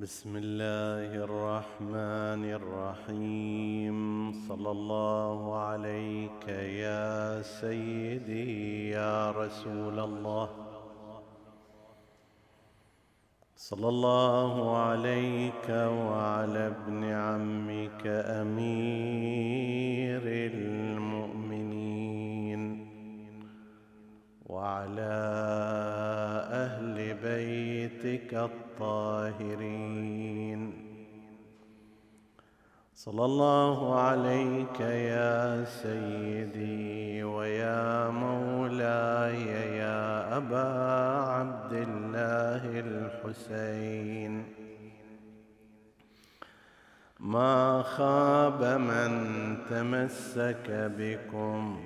بسم الله الرحمن الرحيم. صلى الله عليك يا سيدي يا رسول الله، صلى الله عليك وعلى ابن عمك أمير المؤمنين وعلى أهل بيتك الطاهرين. صلى الله عليك يا سيدي ويا مولاي يا أبا عبد الله الحسين. ما خاب من تمسك بكم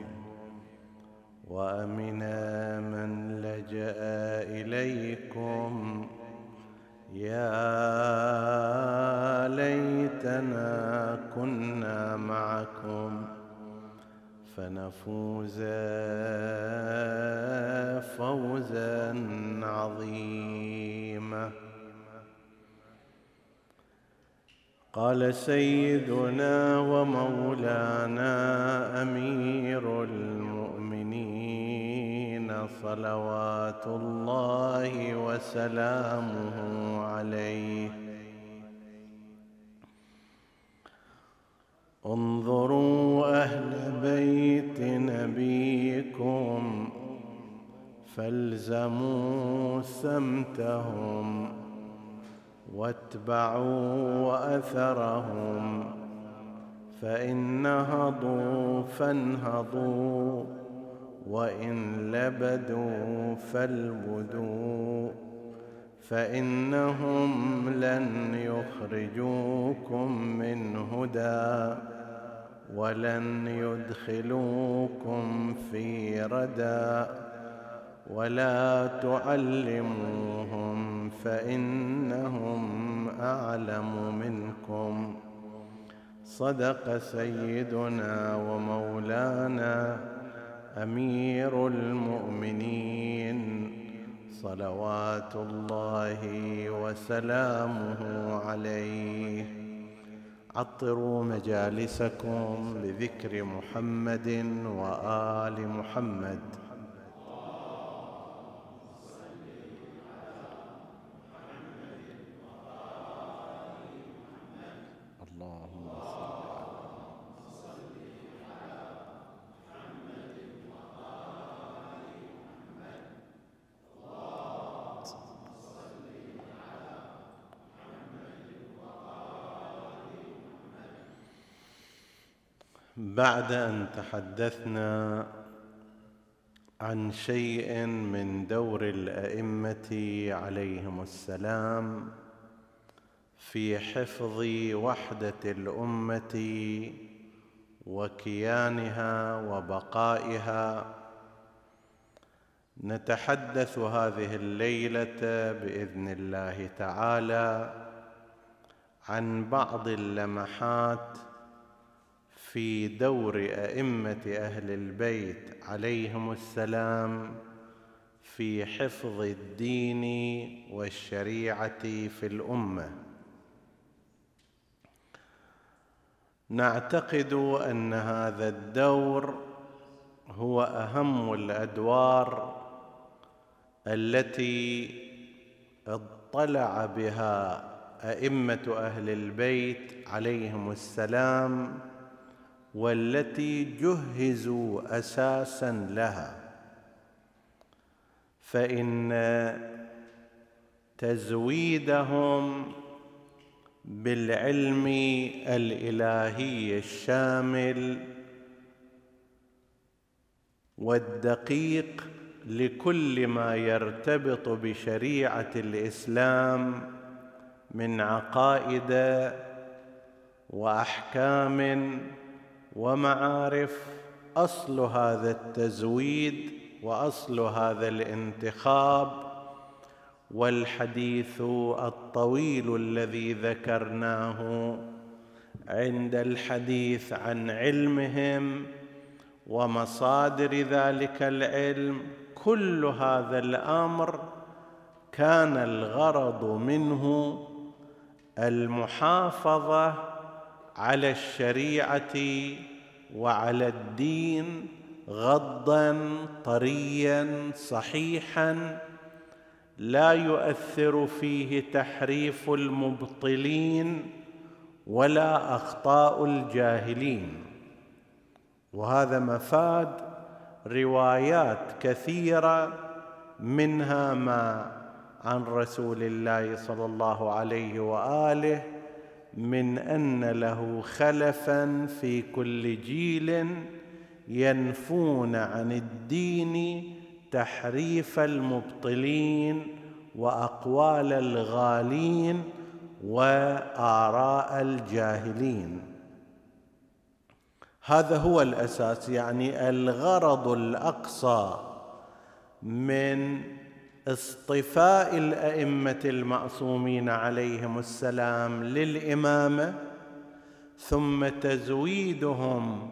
وأمن من لجأ إليكم. يا ليتنا كنا معكم فنفوز فوزا عظيما. قال سيدنا ومولانا أمير المؤمنين صلوات الله وسلامه عليه: انظروا أهل بيت نبيكم فالزموا سمتهم واتبعوا أثرهم، فإن نهضوا فانهضوا وإن لبدوا فالبدوا، فإنهم لن يخرجوكم من هدى ولن يدخلوكم في ردى، ولا تعلموهم فإنهم أعلم منكم. صدق سيدنا ومولانا أمير المؤمنين صلوات الله وسلامه عليه. عطروا مجالسكم بذكر محمد وآل محمد. بعد أن تحدثنا عن شيء من دور الأئمة عليهم السلام في حفظ وحدة الأمة وكيانها وبقائها، نتحدث هذه الليلة بإذن الله تعالى عن بعض اللمحات في دور أئمة أهل البيت عليهم السلام في حفظ الدين والشريعة في الأمة. نعتقد أن هذا الدور هو أهم الأدوار التي اطلع بها أئمة أهل البيت عليهم السلام والتي جهزوا أساساً لها، فإن تزويدهم بالعلم الإلهي الشامل والدقيق لكل ما يرتبط بشريعة الإسلام من عقائد وأحكام ومعارف، أصل هذا التزويد وأصل هذا الانتخاب والحديث الطويل الذي ذكرناه عند الحديث عن علمهم ومصادر ذلك العلم، كل هذا الأمر كان الغرض منه المحافظة على الشريعة وعلى الدين غضاً طرياً صحيحاً لا يؤثر فيه تحريف المبطلين ولا أخطاء الجاهلين. وهذا مفاد روايات كثيرة، منها ما عن رسول الله صلى الله عليه وآله من أن له خلفاً في كل جيل ينفون عن الدين تحريف المبطلين وأقوال الغالين وآراء الجاهلين. هذا هو الأساس، يعني الغرض الأقصى من اصطفاء الأئمة المعصومين عليهم السلام للإمامة ثم تزويدهم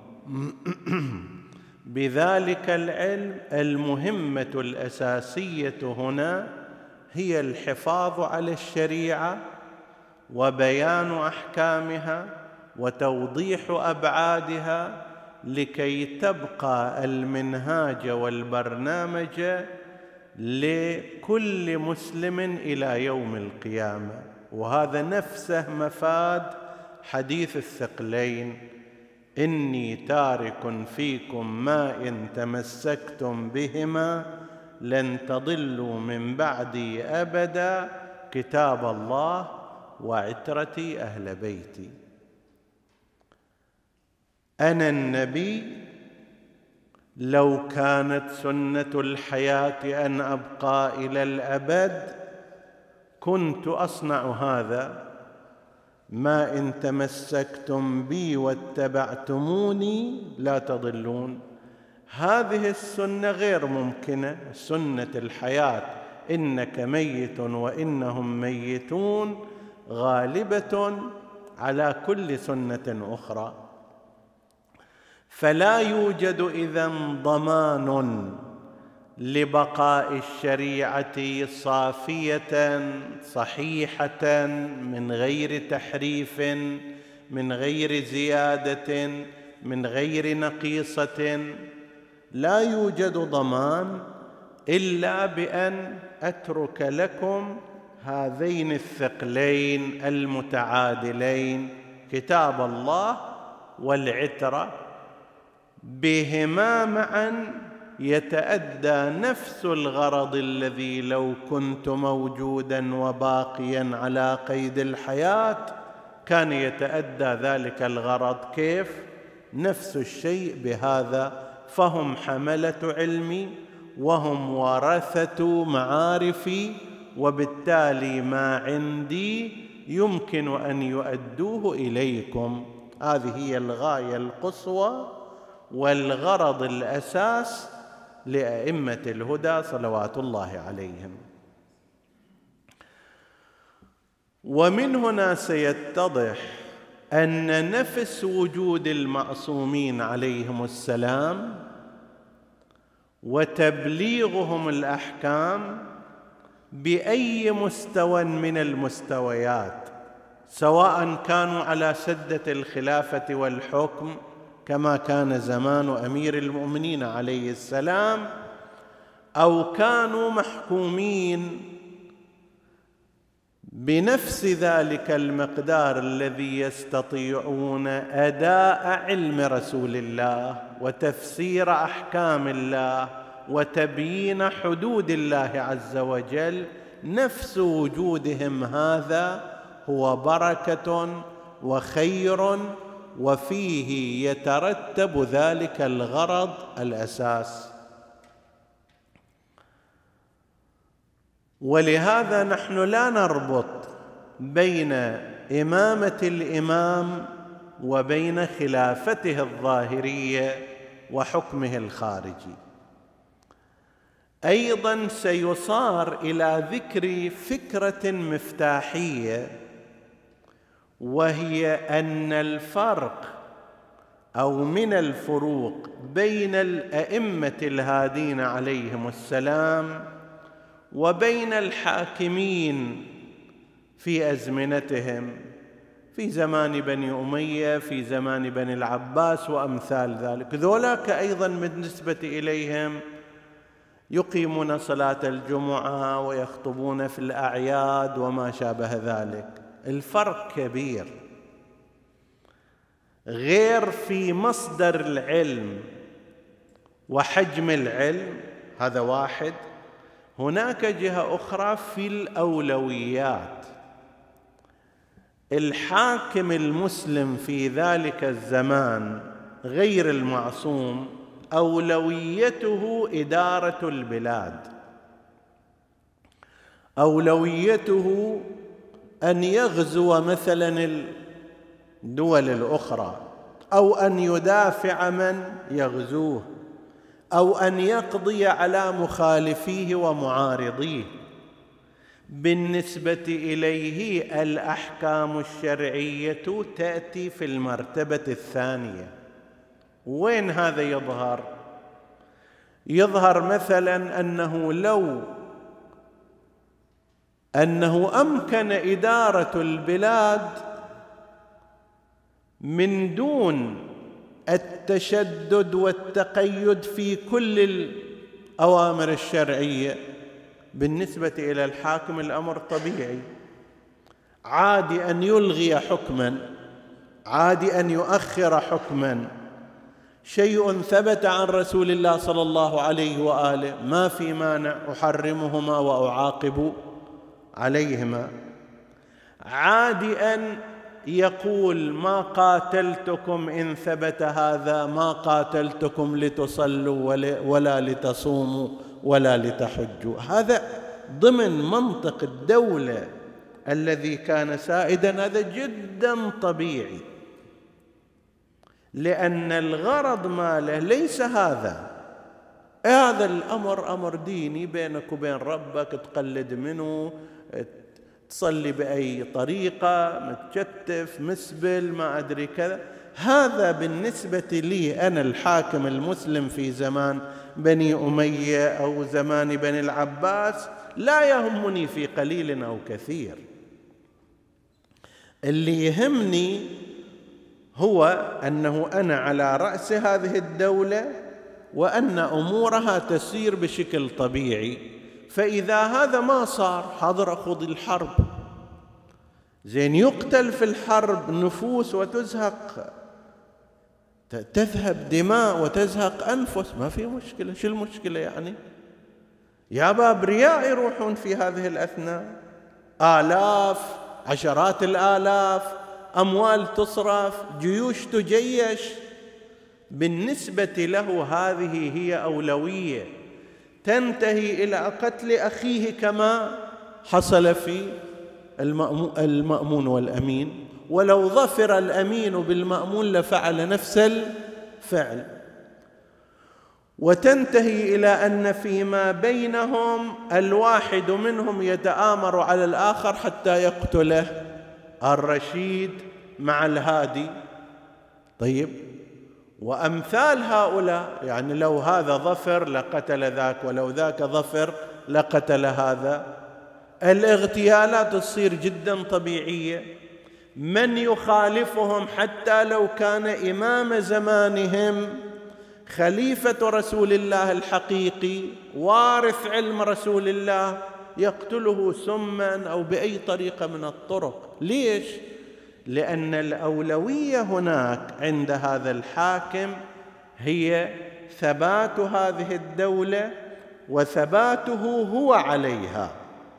بذلك العلم، المهمة الأساسية هنا هي الحفاظ على الشريعة وبيان أحكامها وتوضيح أبعادها لكي تبقى المنهاج والبرنامج لكل مسلم إلى يوم القيامة. وهذا نفسه مفاد حديث الثقلين: إني تارك فيكم ما إن تمسكتم بهما لن تضلوا من بعدي أبدا، كتاب الله وعترتي أهل بيتي. أنا النبي، لو كانت سنة الحياة أن أبقى إلى الأبد كنت أصنع هذا: ما إن تمسكتم بي واتبعتموني لا تضلون. هذه السنة غير ممكنة، سنة الحياة إنك ميت وإنهم ميتون غالبة على كل سنة أخرى. فلا يوجد إذن ضمان لبقاء الشريعة صافية صحيحة من غير تحريف، من غير زيادة، من غير نقيصة. لا يوجد ضمان إلا بأن أترك لكم هذين الثقلين المتعادلين، كتاب الله والعترة، بهما معا يتأدى نفس الغرض الذي لو كنت موجودا وباقيا على قيد الحياة كان يتأدى ذلك الغرض. كيف؟ نفس الشيء بهذا. فهم حملة علمي وهم ورثة معارفي، وبالتالي ما عندي يمكن أن يؤدوه إليكم. هذه هي الغاية القصوى والغرض الأساس لأئمة الهدى صلوات الله عليهم. ومن هنا سيتضح أن نفس وجود المعصومين عليهم السلام وتبليغهم الأحكام بأي مستوى من المستويات، سواء كانوا على سدة الخلافة والحكم كما كان زمان أمير المؤمنين عليه السلام، أو كانوا محكومين بنفس ذلك المقدار الذي يستطيعون أداء علم رسول الله وتفسير أحكام الله وتبيين حدود الله عز وجل. نفس وجودهم هذا هو بركة وخير، وفيه يترتب ذلك الغرض الأساس. ولهذا نحن لا نربط بين إمامة الإمام وبين خلافته الظاهرية وحكمه الخارجي. أيضا سيصار إلى ذكر فكرة مفتاحية، وهي أن الفرق أو من الفروق بين الأئمة الهادين عليهم السلام وبين الحاكمين في أزمنتهم، في زمان بني أمية، في زمان بني العباس وأمثال ذلك. ذولاك أيضا بالنسبة إليهم يقيمون صلاة الجمعة ويخطبون في الأعياد وما شابه ذلك. الفرق كبير، غير في مصدر العلم وحجم العلم، هذا واحد. هناك جهة أخرى في الأولويات. الحاكم المسلم في ذلك الزمان غير المعصوم أولويته إدارة البلاد، أولويته أن يغزو مثلا الدول الأخرى، أو أن يدافع من يغزوه، أو أن يقضي على مخالفيه ومعارضيه. بالنسبة إليه الأحكام الشرعية تأتي في المرتبة الثانية. وين هذا يظهر؟ يظهر مثلا أنه أمكن إدارة البلاد من دون التشدد والتقيد في كل الأوامر الشرعية. بالنسبة إلى الحاكم الأمر طبيعي، عادي أن يلغي حكما، عادي أن يؤخر حكما. شيء ثبت عن رسول الله صلى الله عليه وآله ما في مانع أحرمهما وأعاقب عليهما. عادي أن يقول ما قاتلتكم إن ثبت هذا، ما قاتلتكم لتصلوا ولا لتصوموا ولا لتحجوا. هذا ضمن منطق الدولة الذي كان سائدا، هذا جدا طبيعي، لأن الغرض ماله ليس هذا. هذا الأمر أمر ديني بينك وبين ربك، تقلد منه، تصلي بأي طريقة، متكتف مسبل ما أدري كذا. هذا بالنسبة لي أنا الحاكم المسلم في زمان بني أمية أو زمان بني العباس لا يهمني في قليل أو كثير. اللي يهمني هو أنه أنا على رأس هذه الدولة، وأن أمورها تسير بشكل طبيعي. فإذا هذا ما صار، حاضر أخوض الحرب، زين يقتل في الحرب نفوس وتزهق، تذهب دماء وتزهق أنفس، ما في مشكلة. شو المشكلة يعني؟ يا باب رياء يروحون في هذه الأثناء، آلاف، عشرات الآلاف، أموال تصرف، جيوش تجيش. بالنسبة له هذه هي أولوية، تنتهي إلى قتل أخيه كما حصل في المأمون والأمين. ولو ظفر الأمين بالمأمون لفعل نفس الفعل. وتنتهي إلى أن فيما بينهم الواحد منهم يتآمر على الآخر حتى يقتله، الرشيد مع الهادي. طيب، وأمثال هؤلاء، يعني لو هذا ظفر لقتل ذاك، ولو ذاك ظفر لقتل هذا. الاغتيالات تصير جدا طبيعية. من يخالفهم حتى لو كان إمام زمانهم، خليفة رسول الله الحقيقي، وارث علم رسول الله، يقتله سما أو بأي طريقة من الطرق. ليش؟ لأن الأولوية هناك عند هذا الحاكم هي ثبات هذه الدولة وثباته هو عليها.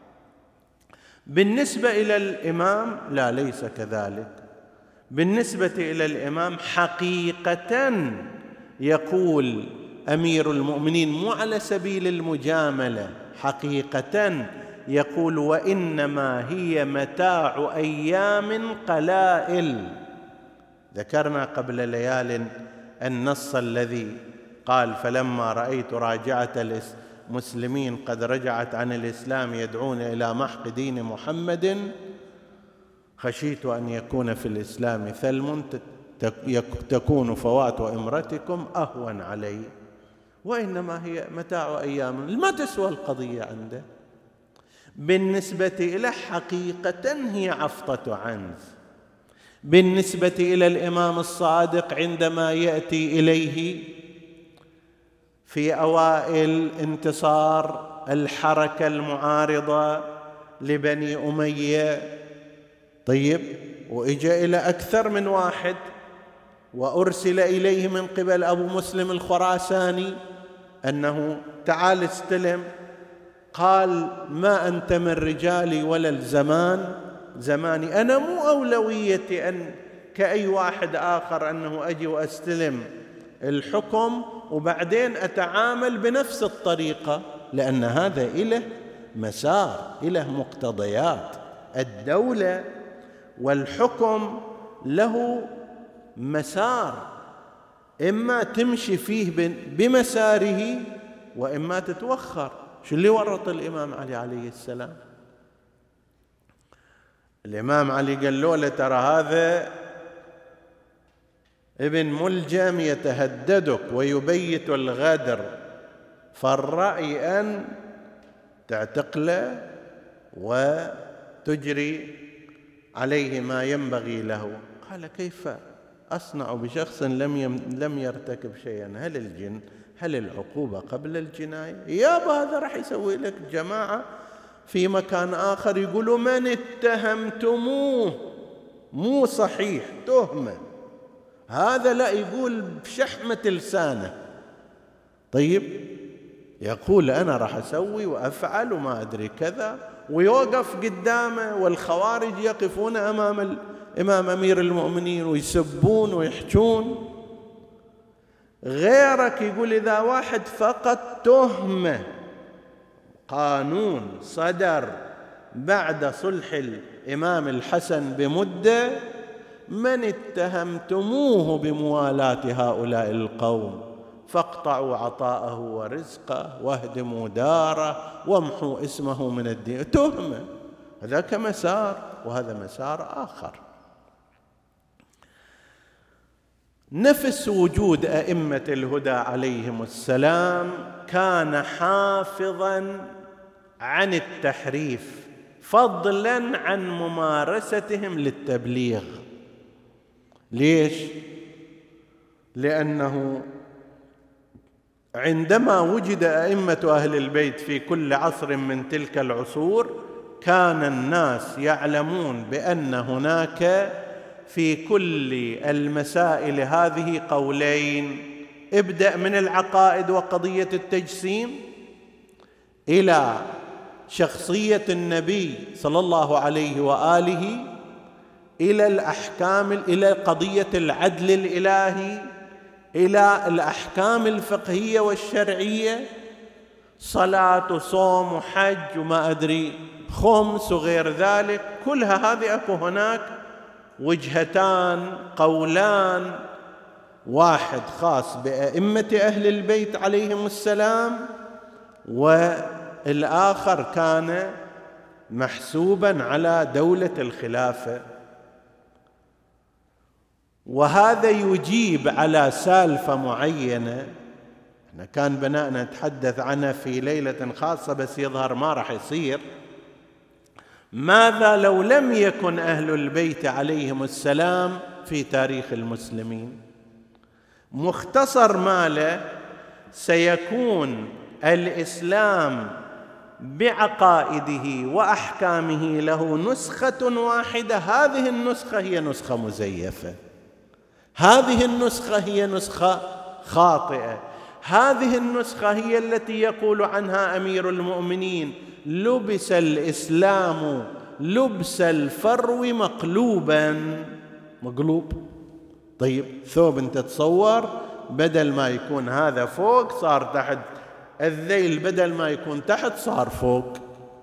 بالنسبة إلى الإمام لا، ليس كذلك. بالنسبة إلى الإمام حقيقة يقول أمير المؤمنين، مو على سبيل المجاملة، حقيقة يقول وإنما هي متاع أيام قلائل. ذكرنا قبل ليال النص الذي قال فلما رأيت راجعة المسلمين قد رجعت عن الإسلام يدعون إلى محق دين محمد خشيت أن يكون في الإسلام ثلم تكون فوات إمرتكم أهون علي، وإنما هي متاع أيام، ما تسوى القضية عنده. بالنسبة إلى حقيقة هي عفطة عنز. بالنسبة إلى الإمام الصادق عندما يأتي إليه في أوائل انتصار الحركة المعارضة لبني أمية، طيب، وإجا إلى أكثر من واحد وأرسل إليه من قبل أبو مسلم الخراساني أنه تعال استلم، قال ما أنت من رجالي ولا زماني، أنا مو أولويتي أن كأي واحد آخر أنه أجي وأستلم الحكم وبعدين أتعامل بنفس الطريقة، لأن هذا إله مسار، إله مقتضيات. الدولة والحكم له مسار، إما تمشي فيه بمساره وإما تتوخر. شو اللي ورط الإمام علي عليه السلام؟ الإمام علي قال له ترى هذا ابن ملجم يتهددك ويبيت الغدر، فالرأي أن تعتقله وتجري عليه ما ينبغي له. قال كيف أصنع بشخص لم يرتكب شيئا؟ هل العقوبة قبل الجناية؟ يابا هذا راح يسوي لك جماعة في مكان آخر يقولوا من اتهمتموه مو صحيح، تهمة، هذا لا يقول بشحمة لسانه، طيب، يقول أنا راح أسوي وأفعل وما أدري كذا، ويوقف قدامه والخوارج يقفون أمام أمير المؤمنين ويسبون ويحجون. غيرك يقول إذا واحد فقط تهمة، قانون صدر بعد صلح الإمام الحسن بمدة، من اتهمتموه بموالاة هؤلاء القوم فاقطعوا عطاءه ورزقه واهدموا داره وامحوا اسمه من الدين. تهمة، هذاك مسار وهذا مسار آخر. نفس وجود أئمة الهدى عليهم السلام كان حافظاً عن التحريف، فضلاً عن ممارستهم للتبليغ. ليش؟ لأنه عندما وجد أئمة أهل البيت في كل عصر من تلك العصور، كان الناس يعلمون بأن هناك في كل المسائل هذه قولين، ابدأ من العقائد وقضية التجسيم إلى شخصية النبي صلى الله عليه وآله، إلى الأحكام، إلى قضية العدل الإلهي، إلى الأحكام الفقهية والشرعية، صلاة وصوم وحج وما أدري خمس وغير ذلك، كلها هذه أكو هناك وجهتان، قولان، واحد خاص بأئمة أهل البيت عليهم السلام، والآخر كان محسوبا على دولة الخلافة. وهذا يجيب على سالفة معينة احنا كان بناءنا نتحدث عنها في ليلة خاصة، بس يظهر ما راح يصير. ماذا لو لم يكن أهل البيت عليهم السلام في تاريخ المسلمين؟ مختصر ماله سيكون الإسلام بعقائده وأحكامه له نسخة واحدة، هذه النسخة هي نسخة مزيفة، هذه النسخة هي نسخة خاطئة، هذه النسخة هي التي يقول عنها أمير المؤمنين لبس الإسلام لبس الفرو مقلوب. طيب ثوب انت تصور بدل ما يكون هذا فوق صار تحت، الذيل بدل ما يكون تحت صار فوق.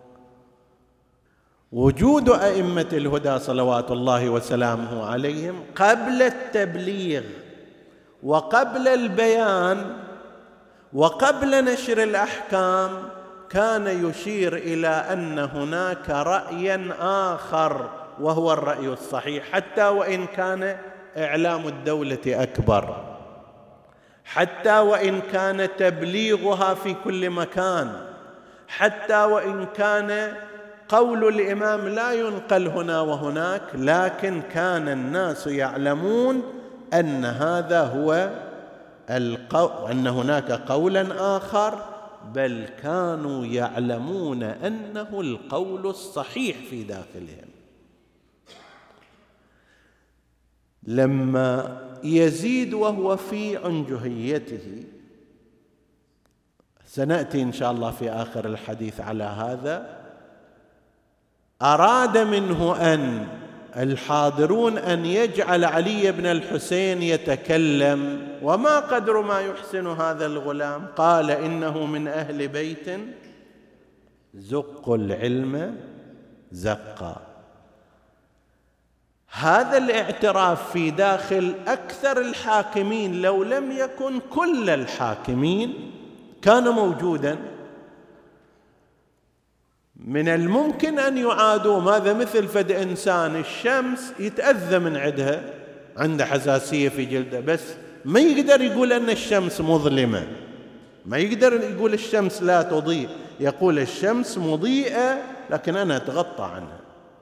وجود أئمة الهدى صلوات الله وسلامه عليهم قبل التبليغ وقبل البيان وقبل نشر الأحكام كان يشير إلى أن هناك رأيا آخر وهو الرأي الصحيح، حتى وإن كان إعلام الدولة أكبر، حتى وإن كان تبليغها في كل مكان، حتى وإن كان قول الإمام لا ينقل هنا وهناك، لكن كان الناس يعلمون أن هذا هو أن هناك قولا آخر، بل كانوا يعلمون أنه القول الصحيح في داخلهم. لما يزيد وهو في عنجهيته، سنأتي إن شاء الله في آخر الحديث على هذا، أراد منه أن الحاضرون أن يجعل علي بن الحسين يتكلم، وما قدر ما يحسن هذا الغلام، قال إنه من أهل بيت زقوا العلم زقا. هذا الاعتراف في داخل أكثر الحاكمين، لو لم يكن كل الحاكمين، كان موجودا. من الممكن أن يعادوا، ماذا مثل فد إنسان الشمس يتأذى من عندها، عنده حساسية في جلده، بس ما يقدر يقول أن الشمس مظلمة، ما يقدر يقول الشمس لا تضيء، يقول الشمس مضيئة لكن أنا أتغطى عنها.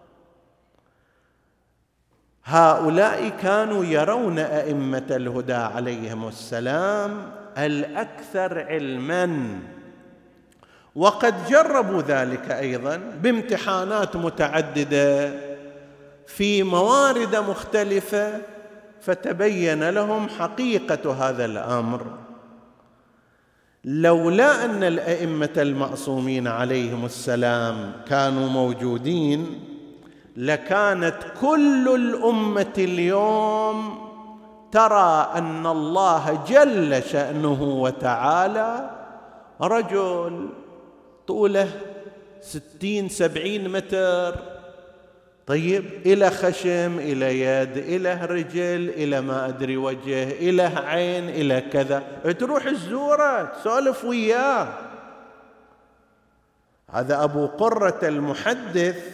هؤلاء كانوا يرون أئمة الهدى عليهم السلام الأكثر علماً، وقد جربوا ذلك أيضاً بامتحانات متعددة في موارد مختلفة، فتبين لهم حقيقة هذا الأمر. لولا أن الأئمة المعصومين عليهم السلام كانوا موجودين، لكانت كل الأمة اليوم ترى أن الله جل شأنه وتعالى رجل طوله 60-70 متر، طيب، إلى خشم، إلى يد، إلى رجل، إلى ما أدري وجه، إلى عين، إلى كذا، تروح الزورة تسولف وياه. هذا أبو قرة المحدث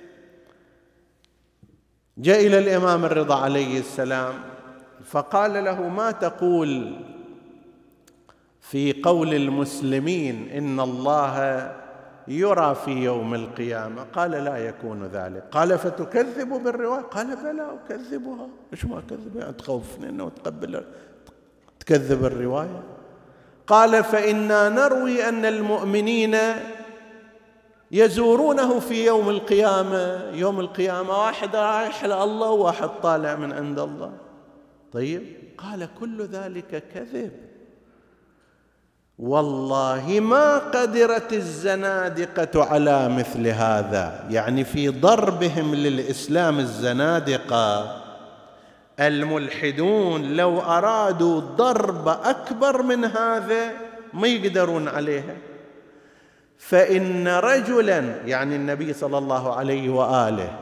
جاء إلى الإمام الرضا عليه السلام فقال له: ما تقول في قول المسلمين إن الله يرى في يوم القيامة؟ قال: لا يكون ذلك. قال: فتكذب بالرواية؟ قال: بلى أكذبها. إيش ما أكذبها؟ تخوفني أنه تكذب الرواية. قال: فإنا نروي أن المؤمنين يزورونه في يوم القيامة. يوم القيامة واحد رايح لله وواحد طالع من عند الله. طيب، قال: كل ذلك كذب. والله ما قدرت الزنادقة على مثل هذا، يعني في ضربهم للإسلام الزنادقة الملحدون لو أرادوا ضرب أكبر من هذا ما يقدرون عليها. فإن رجلا، يعني النبي صلى الله عليه وآله،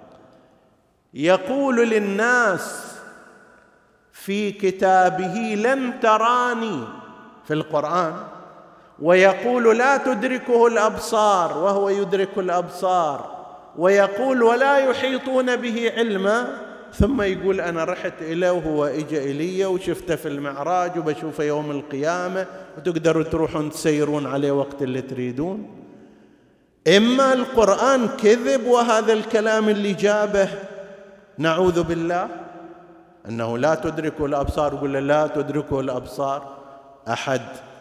يقول للناس في كتابه: لن تراني، في القرآن، ويقول: لا تدركه الأبصار وهو يدرك الأبصار، ويقول: ولا يحيطون به علما، ثم يقول: أنا رحت إليه وهو إجا إلي وشفته في المعراج وبشوفه يوم القيامة، وتقدروا تروحون تسيرون عليه وقت اللي تريدون. إما القرآن كذب وهذا الكلام اللي جابه نعوذ بالله أنه لا تدركه الأبصار، يقول: لا تدركه الأبصار. أحد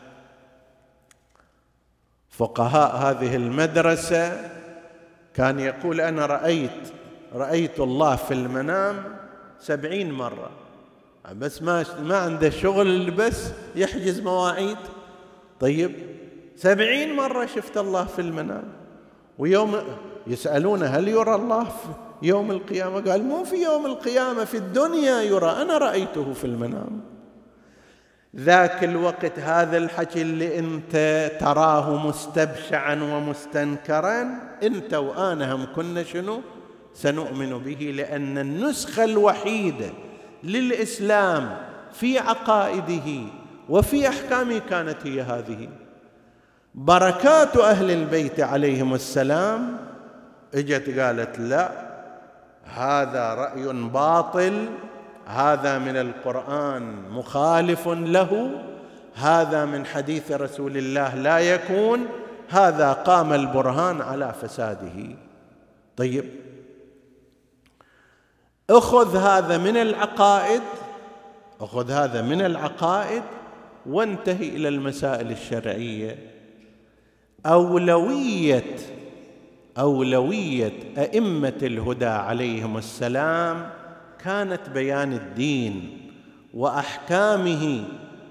فقهاء هذه المدرسة كان يقول: أنا رأيت الله في المنام 70 مرة، بس ما عنده شغل، بس يحجز مواعيد. طيب، 70 مرة شفت الله في المنام. ويوم يسألونه: هل يرى الله في يوم القيامة؟ قال: مو في يوم القيامة، في الدنيا يرى، أنا رأيته في المنام. ذاك الوقت هذا الحكي اللي أنت تراه مستبشعا ومستنكرا، أنت وأنا هم كنا شنو؟ سنؤمن به، لأن النسخة الوحيدة للإسلام في عقائده وفي أحكامه كانت هي هذه. بركات أهل البيت عليهم السلام اجت قالت: لا، هذا رأي باطل، هذا من القرآن مخالف له، هذا من حديث رسول الله لا يكون، هذا قام البرهان على فساده. طيب، أخذ هذا من العقائد وانتهي إلى المسائل الشرعية. أولوية أئمة الهدى عليهم السلام كانت بيان الدين وأحكامه.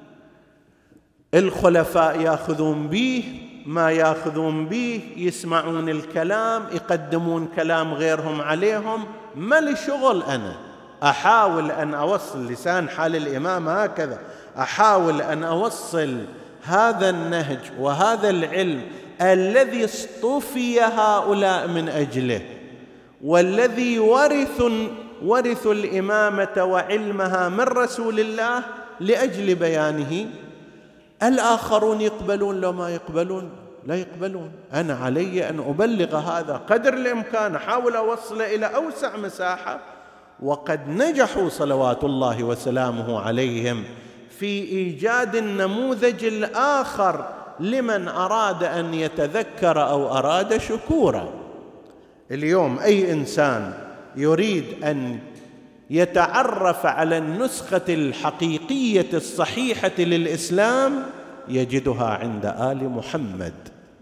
الخلفاء يأخذون به ما يأخذون به، يسمعون الكلام، يقدمون كلام غيرهم عليهم. ما لي شغل، أنا أحاول أن أوصل لسان حال الإمام هكذا، أحاول أن أوصل هذا النهج وهذا العلم الذي اصطفي هؤلاء من أجله، والذي ورثوا الإمامة وعلمها من رسول الله لأجل بيانه. الآخرون يقبلون لو ما يقبلون لا يقبلون. أنا علي أن أبلغ هذا قدر الإمكان، أحاول أوصل إلى أوسع مساحة. وقد نجحوا صلوات الله وسلامه عليهم في إيجاد النموذج الآخر لمن أراد أن يتذكر أو أراد شكورا. اليوم أي إنسان يريد أن يتعرف على النسخة الحقيقية الصحيحة للإسلام يجدها عند آل محمد.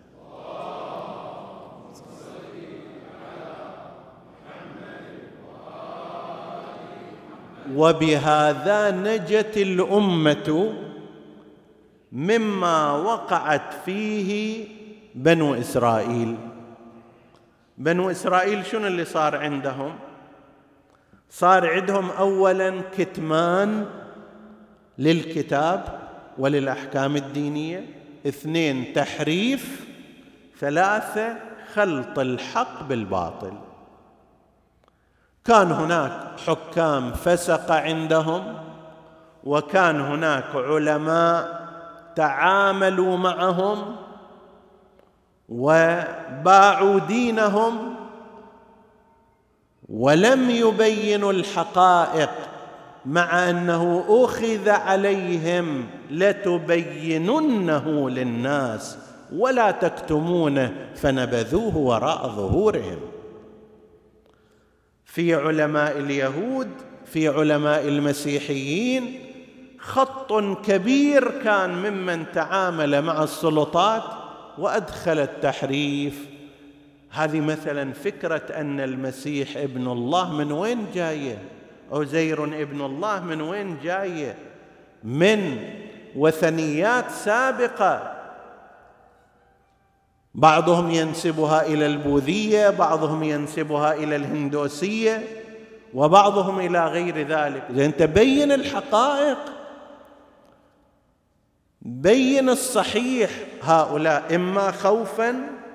وبهذا نجت الأمة مما وقعت فيه بنو إسرائيل. بنو إسرائيل شنو اللي صار عندهم؟ صار عندهم أولاً كتمان للكتاب وللأحكام الدينية، 2 تحريف، 3 خلط الحق بالباطل. كان هناك حكام فسق عندهم، وكان هناك علماء تعاملوا معهم وباعوا دينهم ولم يبينوا الحقائق، مع أنه أخذ عليهم لتبيننه للناس ولا تكتمونه فنبذوه وراء ظهورهم. في علماء اليهود، في علماء المسيحيين خط كبير كان ممن تعامل مع السلطات وأدخل التحريف. هذه مثلا فكرة أن المسيح ابن الله من وين جاية؟ عزير ابن الله من وين جاية؟ من وثنيات سابقة، بعضهم ينسبها إلى البوذية، بعضهم ينسبها إلى الهندوسية، وبعضهم إلى غير ذلك. إذا أنت بين الحقائق، بين الصحيح. هؤلاء إما خوفاً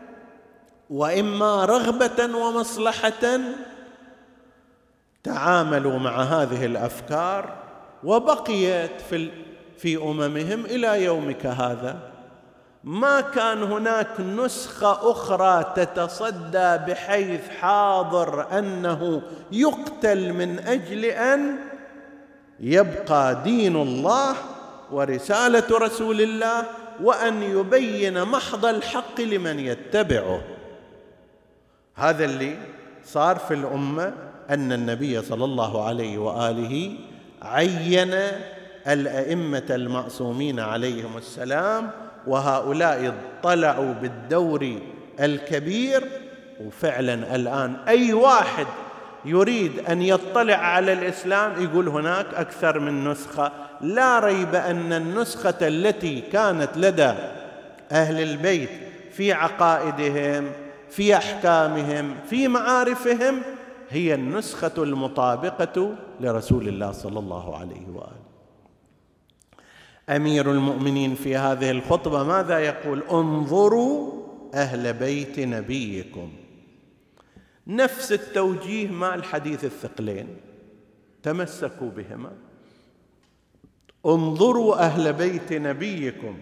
وإما رغبة ومصلحة تعاملوا مع هذه الأفكار وبقيت في أممهم إلى يومك هذا. ما كان هناك نسخة أخرى تتصدى بحيث حاضر أنه يقتل من أجل أن يبقى دين الله ورسالة رسول الله، وأن يبين محض الحق لمن يتبعه. هذا اللي صار في الأمة، أن النبي صلى الله عليه وآله عين الأئمة المعصومين عليهم السلام، وهؤلاء اطلعوا بالدور الكبير. وفعلا الآن أي واحد يريد أن يطلع على الإسلام يقول هناك أكثر من نسخة. لا ريب أن النسخة التي كانت لدى أهل البيت في عقائدهم، في أحكامهم، في معارفهم، هي النسخة المطابقة لرسول الله صلى الله عليه وآله. أمير المؤمنين في هذه الخطبة ماذا يقول؟ انظروا أهل بيت نبيكم. نفس التوجيه مع الحديث الثقلين، تمسكوا بهما. انظروا أهل بيت نبيكم،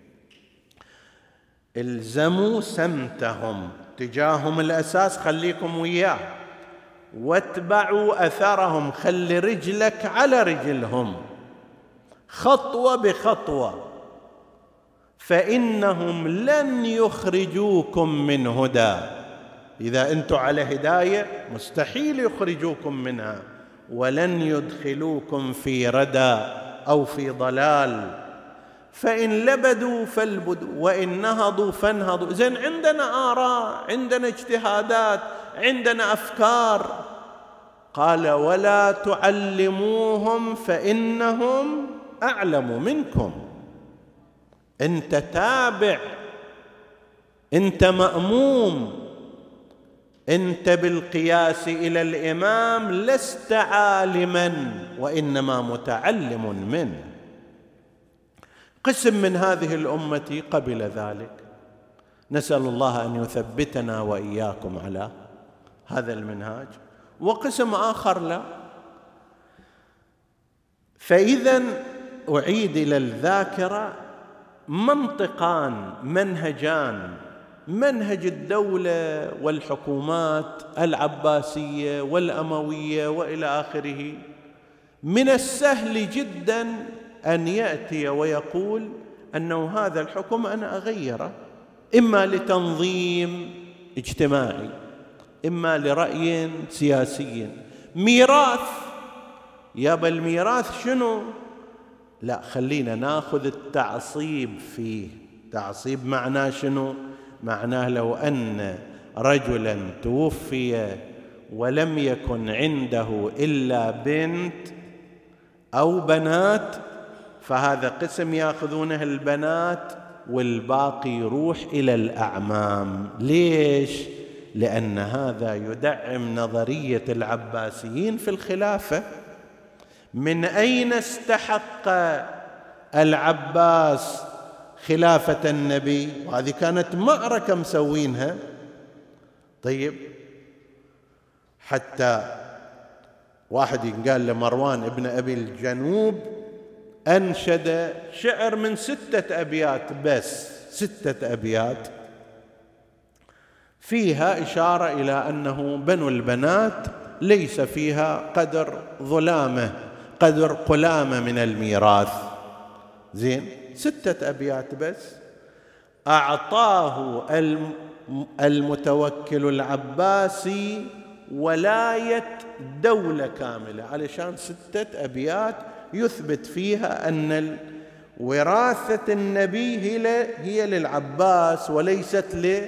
الزموا سمتهم، تجاههم الأساس خليكم وياه، واتبعوا أثرهم، خلي رجلك على رجلهم خطوة بخطوة. فإنهم لن يخرجوكم من هدى. إذا أنتم على هداية مستحيل يخرجوكم منها، ولن يدخلوكم في ردى أو في ضلال. فإن لبدوا فالبدوا وإن نهضوا فانهضوا. زين، عندنا آراء، عندنا اجتهادات، عندنا أفكار. قال ولا تعلموهم فإنهم أعلم منكم. أنت تابع، أنت مأموم، أنت بالقياس إلى الإمام لست عالما وإنما متعلم منه. قسم من هذه الأمة قبل ذلك، نسأل الله أن يثبتنا وإياكم على هذا المنهاج، وقسم آخر لا. فإذا أعيد إلى الذاكرة منطقان منهجان: منهج الدولة والحكومات العباسية والأموية وإلى آخره. من السهل جدا أن يأتي ويقول أنه هذا الحكم أنا أغيره، إما لتنظيم اجتماعي، إما لرأي سياسي. ميراث، يابا الميراث شنو؟ لا، خلينا ناخذ التعصيب فيه. تعصيب معناه شنو؟ معناه لو أن رجلا توفي ولم يكن عنده إلا بنت أو بنات، فهذا قسم يأخذونه البنات والباقي يروح إلى الأعمام. ليش؟ لأن هذا يدعم نظرية العباسيين في الخلافة. من أين استحق العباس خلافة النبي؟ وهذه كانت معركة مسوينها. طيب، حتى واحد قال لمروان ابن أبي الجنوب أنشد شعر من 6 أبيات، بس 6 أبيات فيها إشارة إلى أنه بنو البنات ليس فيها قدر ظلامة، قدر قلامة من الميراث. زين، 6 أبيات بس. أعطاه المتوكل العباسي ولاية دولة كاملة، علشان 6 أبيات يثبت فيها أن وراثة النبي هي للعباس وليست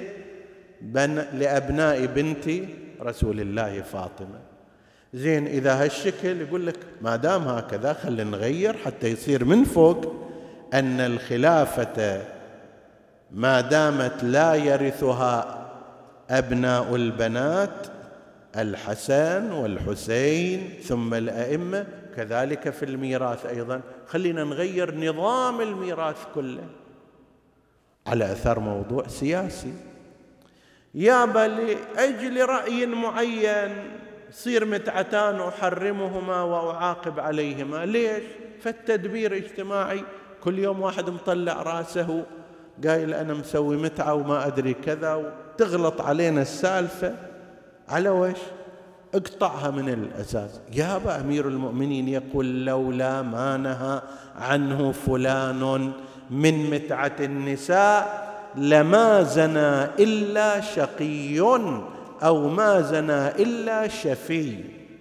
لأبناء بنت رسول الله فاطمة. زين، إذا هالشكل يقول لك ما دام هكذا خلينا نغير حتى يصير من فوق أن الخلافة ما دامت لا يرثها أبناء البنات الحسن والحسين ثم الأئمة، كذلك في الميراث أيضا خلينا نغير نظام الميراث كله على أثر موضوع سياسي. يابا لأجل رأي معين صير متعتان أحرمهما وأعاقب عليهما. ليش؟ فالتدبير اجتماعي. كل يوم واحد مطلع راسه قايل أنا مسوي متعة وما أدري كذا، وتغلط علينا السالفة. على وش؟ اقطعها من الأساس. يابا أمير المؤمنين يقول لولا ما نهى عنه فلان من متعة النساء لما زنى إلا شقي أو ما زنى إلا شفي.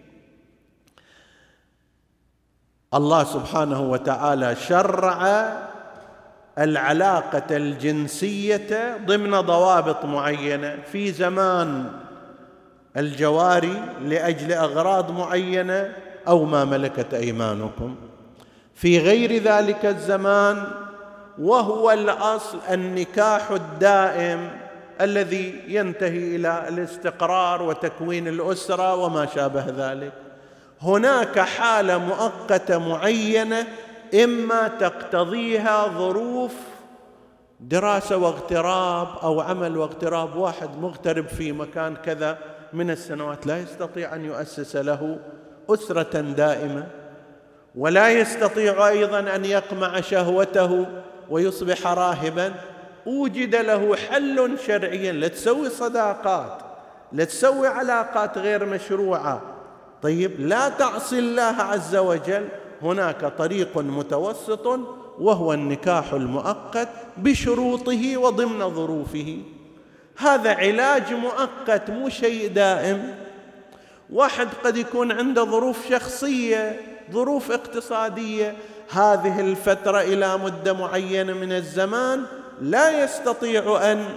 الله سبحانه وتعالى شرع العلاقة الجنسية ضمن ضوابط معينة في زمان الجواري لأجل أغراض معينة أو ما ملكت أيمانكم، في غير ذلك الزمان وهو الأصل النكاح الدائم الذي ينتهي إلى الاستقرار وتكوين الأسرة وما شابه ذلك. هناك حالة مؤقتة معينة إما تقتضيها ظروف دراسة واغتراب أو عمل واغتراب. واحد مغترب في مكان كذا من السنوات لا يستطيع أن يؤسس له أسرة دائمة، ولا يستطيع أيضا أن يقمع شهوته ويصبح راهبا. وجد له حل شرعي، لا تسوي صداقات، لا تسوي علاقات غير مشروعة، طيب لا تعصي الله عز وجل، هناك طريق متوسط وهو النكاح المؤقت بشروطه وضمن ظروفه. هذا علاج مؤقت مو شيء دائم. واحد قد يكون عنده ظروف شخصية، ظروف اقتصادية، هذه الفترة إلى مدة معينة من الزمان لا يستطيع أن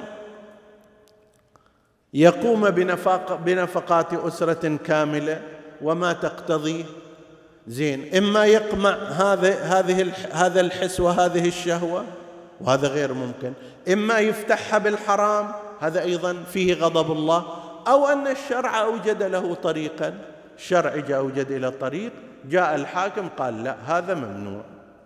يقوم بنفقات أسرة كاملة وما تقتضيه. زين، إما يقمع هذا الحس وهذه الشهوة، وهذا غير ممكن، إما يفتحها بالحرام، هذا أيضا فيه غضب الله، أو أن الشرع أوجد له طريقا، الشرع جاء أوجد إلى طريق، جاء الحاكم قال لا هذا ممنوع.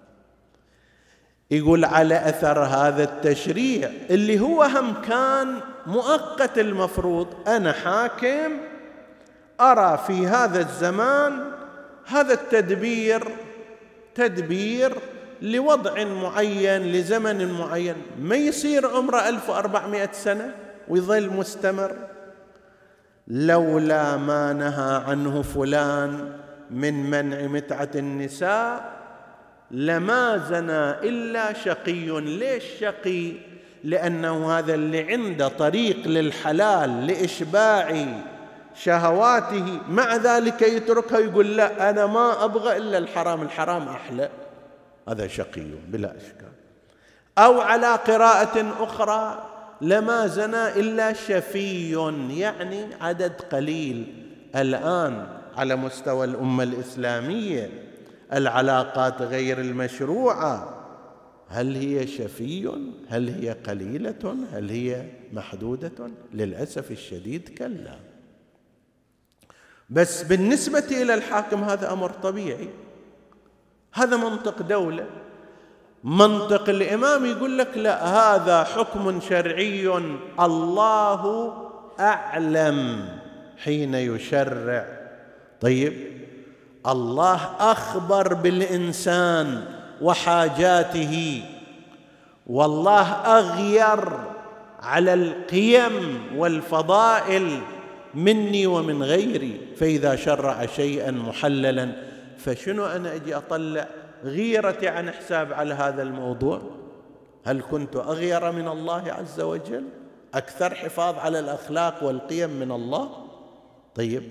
يقول على أثر هذا التشريع اللي هو هم كان مؤقت، المفروض أنا حاكم أرى في هذا الزمان هذا التدبير تدبير لوضع معين لزمن معين، ما يصير عمره 1400 سنة ويظل مستمر. لولا ما نهى عنه فلان من منع متعة النساء لما زنى إلا شقي. ليش شقي؟ لأنه هذا اللي عنده طريق للحلال لإشباع شهواته، مع ذلك يتركها ويقول لا أنا ما أبغى إلا الحرام، الحرام أحلى، هذا شقي بلا إشكال. أو على قراءة أخرى لما زنى إلا شفي، يعني عدد قليل. الآن على مستوى الأمة الإسلامية العلاقات غير المشروعة هل هي شفي؟ هل هي قليلة؟ هل هي محدودة؟ للأسف الشديد كلا. بس بالنسبة إلى الحاكم هذا أمر طبيعي، هذا منطق دولة. منطق الإمام يقول لك لا، هذا حكم شرعي الله أعلم حين يشرع. طيب الله أخبر بالإنسان وحاجاته، والله أغير على القيم والفضائل مني ومن غيري، فإذا شرع شيئا محللا فشنو أنا أجي أطلع غيرتي عن حساب على هذا الموضوع؟ هل كنت أغير من الله عز وجل؟ أكثر حفاظ على الأخلاق والقيم من الله؟ طيب،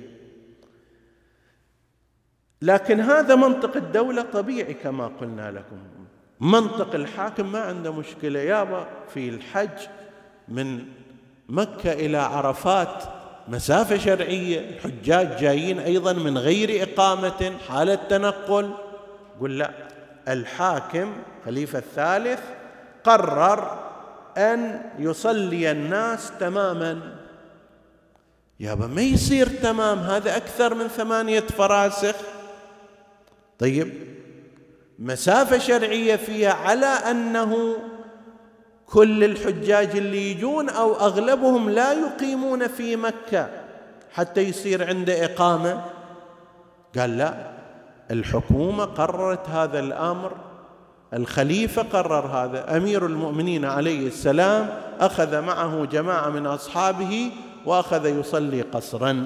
لكن هذا منطق الدولة طبيعي كما قلنا لكم. منطق الحاكم ما عنده مشكلة، يابا في الحج من مكة إلى عرفات مسافة شرعية، الحجاج جايين أيضا من غير إقامة، حالة تنقل. قل لا، الحاكم خليفة الثالث قرر أن يصلي الناس تماما. يابا ما يصير تمام، هذا أكثر من 8 فراسخ. طيب مسافة شرعية فيها، على أنه كل الحجاج اللي يجون أو أغلبهم لا يقيمون في مكة حتى يصير عنده إقامة. قال لا، الحكومة قررت هذا الأمر، الخليفة قرر هذا. أمير المؤمنين عليه السلام أخذ معه جماعة من أصحابه وأخذ يصلي قصرا،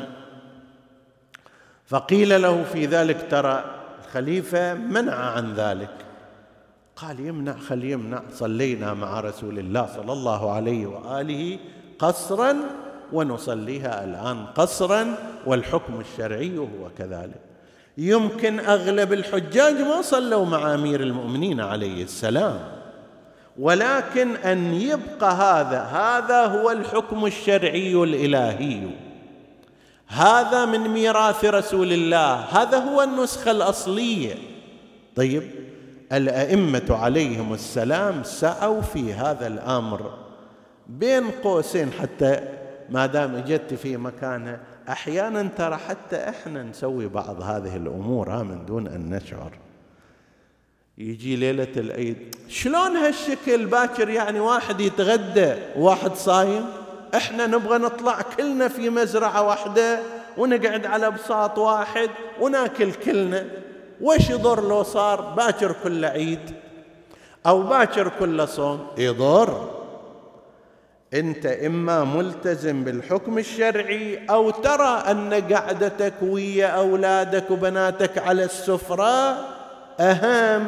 فقيل له في ذلك ترى الخليفة منع عن ذلك. قال يمنع، خل يمنع، صلينا مع رسول الله صلى الله عليه وآله قصرا ونصليها الآن قصرا، والحكم الشرعي هو كذلك. يمكن أغلب الحجاج ما صلوا مع أمير المؤمنين عليه السلام، ولكن أن يبقى هذا هو الحكم الشرعي الإلهي، هذا من ميراث رسول الله، هذا هو النسخة الأصلية. طيب الأئمة عليهم السلام سعوا في هذا الأمر. بين قوسين، حتى ما دام اجت في مكانها، أحيانا ترى حتى إحنا نسوي بعض هذه الأمور من دون أن نشعر. يجي ليلة العيد، شلون هالشكل باكر؟ يعني واحد يتغدى وواحد صايم، إحنا نبغى نطلع كلنا في مزرعة واحدة ونقعد على بساط واحد وناكل كلنا. وش يضر لو صار باكر كل عيد أو باكر كل صوم؟ يضر. أنت إما ملتزم بالحكم الشرعي أو ترى أن قعدتك ويا أولادك وبناتك على السفرة أهم.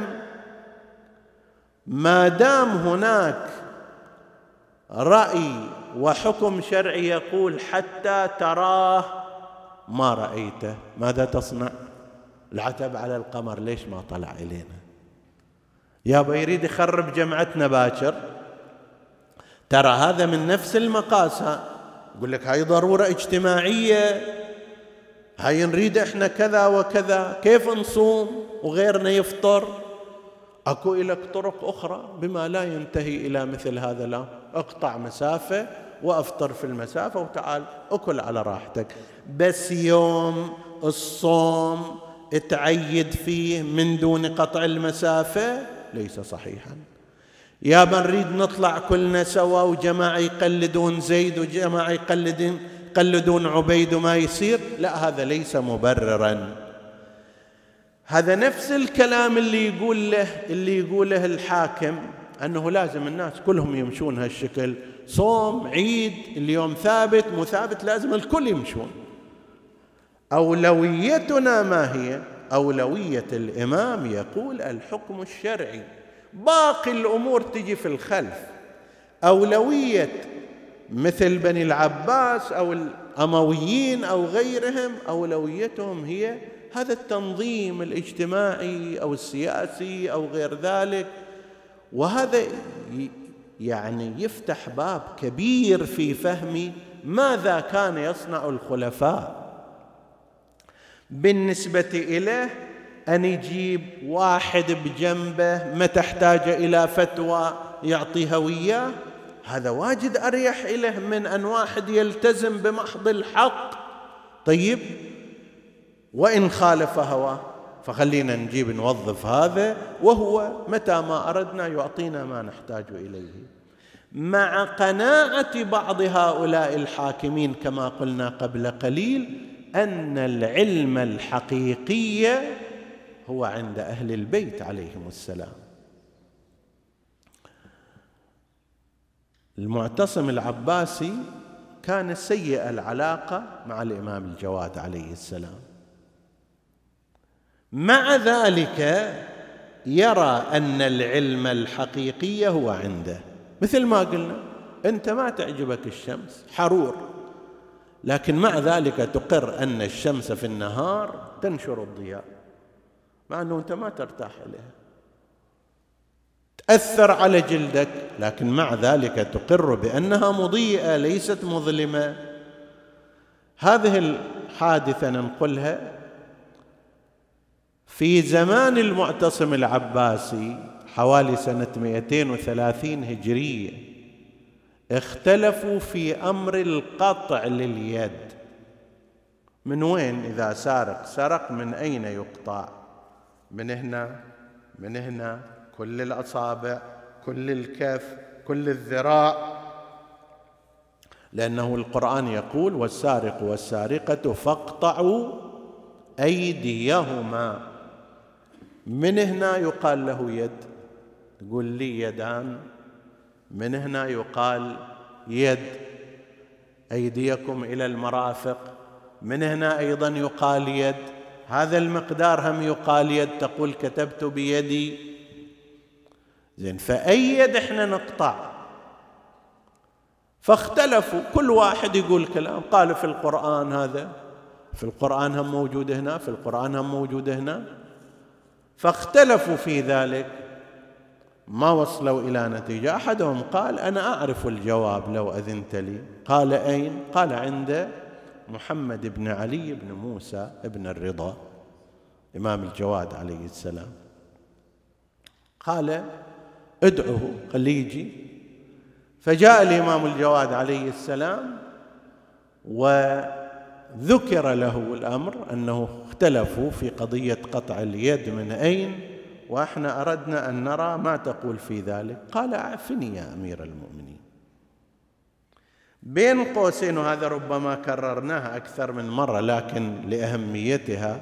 ما دام هناك رأي وحكم شرعي يقول حتى تراه ما رأيته ماذا تصنع؟ العتب على القمر ليش ما طلع إلينا؟ يابا يريد يخرب جمعتنا باكر، ترى هذا من نفس المقاس. يقول لك هاي ضرورة اجتماعية، هاي نريد احنا كذا وكذا، كيف نصوم وغيرنا يفطر؟ اكو لك طرق اخرى بما لا ينتهي الى مثل هذا. لا، اقطع مسافة وافطر في المسافة وتعال اكل على راحتك، بس يوم الصوم تعيد فيه من دون قطع المسافة ليس صحيحا. يا نريد نطلع كلنا سوا وجماعة يقلدون زيد وجماعة يقلدون عبيد وما يصير، لا، هذا ليس مبررا. هذا نفس الكلام اللي يقوله الحاكم أنه لازم الناس كلهم يمشون هالشكل، صوم عيد اليوم ثابت مو ثابت لازم الكل يمشون. أولويتنا ما هي؟ أولوية الإمام يقول الحكم الشرعي، باقي الأمور تجي في الخلف. أولوية مثل بني العباس أو الأمويين أو غيرهم أولويتهم هي هذا التنظيم الاجتماعي أو السياسي أو غير ذلك. وهذا يعني يفتح باب كبير في فهم ماذا كان يصنع الخلفاء. بالنسبة إليه أن يجيب واحد بجنبه ما تحتاج إلى فتوى يعطي هوية، هذا واجد أريح إليه من أن واحد يلتزم بمحض الحق. طيب، وإن خالف هواه فخلينا نجيب نوظف هذا، وهو متى ما أردنا يعطينا ما نحتاج إليه، مع قناعة بعض هؤلاء الحاكمين كما قلنا قبل قليل أن العلم الحقيقي هو عند أهل البيت عليهم السلام. المعتصم العباسي كان سيء العلاقة مع الإمام الجواد عليه السلام، مع ذلك يرى أن العلم الحقيقي هو عنده. مثل ما قلنا أنت ما تعجبك الشمس حرور، لكن مع ذلك تقر أن الشمس في النهار تنشر الضياء، مع أنه أنت ما ترتاح إليها، تأثر على جلدك، لكن مع ذلك تقر بأنها مضيئة ليست مظلمة. هذه الحادثة ننقلها في زمان المعتصم العباسي حوالي سنة 230 هجرية، اختلفوا في أمر القطع لليد. من وين إذا سرق من أين يقطع؟ من هنا، من هنا، كل الأصابع، كل الكف، كل الذراع، لأنه القرآن يقول والسارق والسارقة فاقطعوا أيديهما. من هنا يقال له يد، تقول لي يدان، من هنا يقال يد، أيديكم إلى المرافق، من هنا أيضا يقال يد، هذا المقدار هم يقال يد، تقول كتبت بيدي. زين، فأي يد احنا نقطع؟ فاختلفوا، كل واحد يقول كلام، قال في القرآن هذا، في القرآن هم موجود هنا، في القرآن هم موجود هنا، فاختلفوا في ذلك، ما وصلوا إلى نتيجة. أحدهم قال أنا أعرف الجواب لو أذنت لي. قال أين؟ قال عند محمد بن علي بن موسى بن الرضا إمام الجواد عليه السلام. قال ادعوه خليه يجي. فجاء الإمام الجواد عليه السلام وذكر له الأمر أنه اختلفوا في قضية قطع اليد من أين، وإحنا أردنا أن نرى ما تقول في ذلك. قال أعفني يا أمير المؤمنين. بين قوسين، وهذا ربما كررناها أكثر من مرة لكن لأهميتها،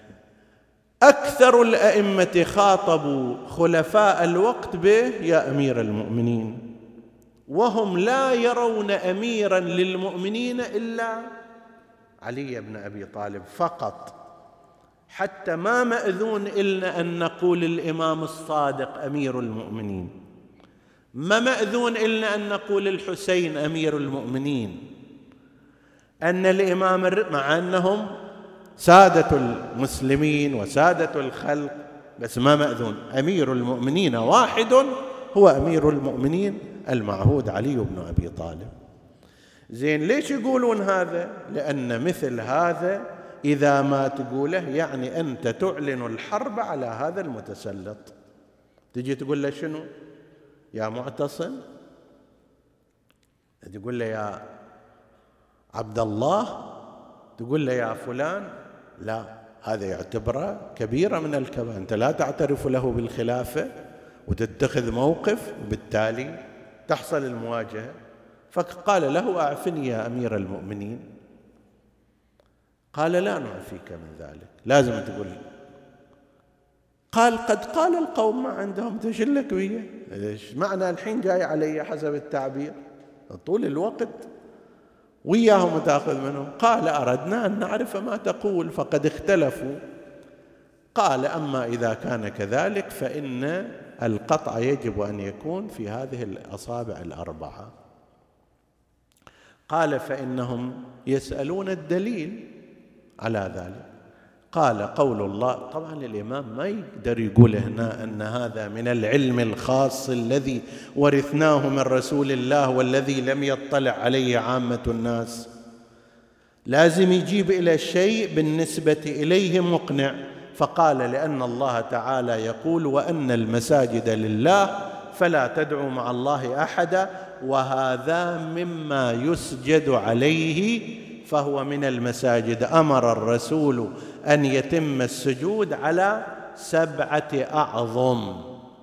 أكثر الأئمة خاطبوا خلفاء الوقت به يا أمير المؤمنين، وهم لا يرون أميرا للمؤمنين إلا علي بن أبي طالب فقط، حتى ما مأذون إلنا أن نقول الإمام الصادق أمير المؤمنين، ما مأذون إلنا أن نقول الحسين أمير المؤمنين، أن الإمام مع أنهم سادة المسلمين وسادة الخلق، بس ما مأذون. أمير المؤمنين واحد هو أمير المؤمنين المعهود علي بن أبي طالب. زين، ليش يقولون هذا؟ لأن مثل هذا إذا ما تقوله يعني أنت تعلن الحرب على هذا المتسلط. تجي تقول له شنو؟ يا معتصم، تقول له يا عبد الله، تقول له يا فلان، لا، هذا يعتبره كبيرة من الكبائر، أنت لا تعترف له بالخلافة وتتخذ موقف، وبالتالي تحصل المواجهة. فقال له أعفني يا أمير المؤمنين. قال لا نعفيك من ذلك، لازم تقول. قال قد قال القوم ما عندهم، تشلك وياه، ايش معنى الحين جاي علي حسب التعبير طول الوقت وياهم وتأخذ منهم؟ قال أردنا أن نعرف ما تقول فقد اختلفوا. قال أما إذا كان كذلك فإن القطع يجب أن يكون في هذه الأصابع الأربعة. قال فإنهم يسألون الدليل على ذلك. قال قول الله. طبعا الإمام ما يقدر يقول هنا أن هذا من العلم الخاص الذي ورثناه من رسول الله والذي لم يطلع عليه عامة الناس، لازم يجيب إلى شيء بالنسبة إليه مقنع. فقال لأن الله تعالى يقول وأن المساجد لله فلا تدعوا مع الله أحدا، وهذا مما يسجد عليه فهو من المساجد. أمر الرسول أن يتم السجود على 7 أعظم: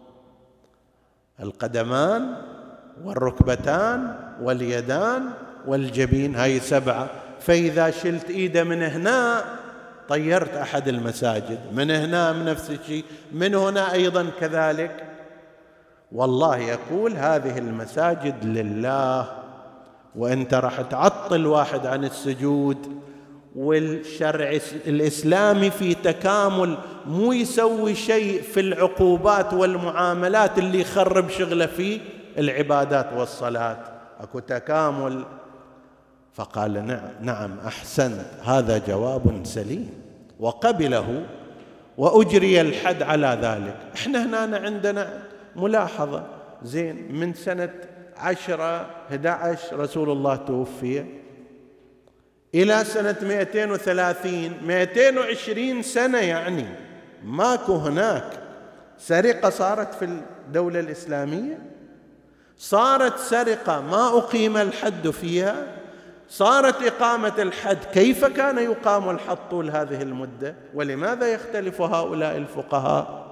القدمان والركبتان واليدان والجبين، هاي 7. فإذا شلت إيده من هنا طيرت أحد المساجد، من هنا من نفس الشيء، من هنا أيضا كذلك. والله يقول هذه المساجد لله، وأنت راح تعطل واحد عن السجود. والشرع الإسلامي في تكامل، مو يسوي شيء في العقوبات والمعاملات اللي يخرب شغله في العبادات والصلاة، أكو تكامل. فقال نعم أحسنت، هذا جواب سليم، وقبله وأجري الحد على ذلك. احنا هنا عندنا ملاحظة. زين، من سنة 10-11 رسول الله توفي إلى سنة 230، 220 سنة، يعني ماكو هناك سرقة صارت في الدولة الإسلامية، صارت سرقة ما أقيم الحد فيها، صارت إقامة الحد. كيف كان يقام الحد طول هذه المدة؟ ولماذا يختلف هؤلاء الفقهاء؟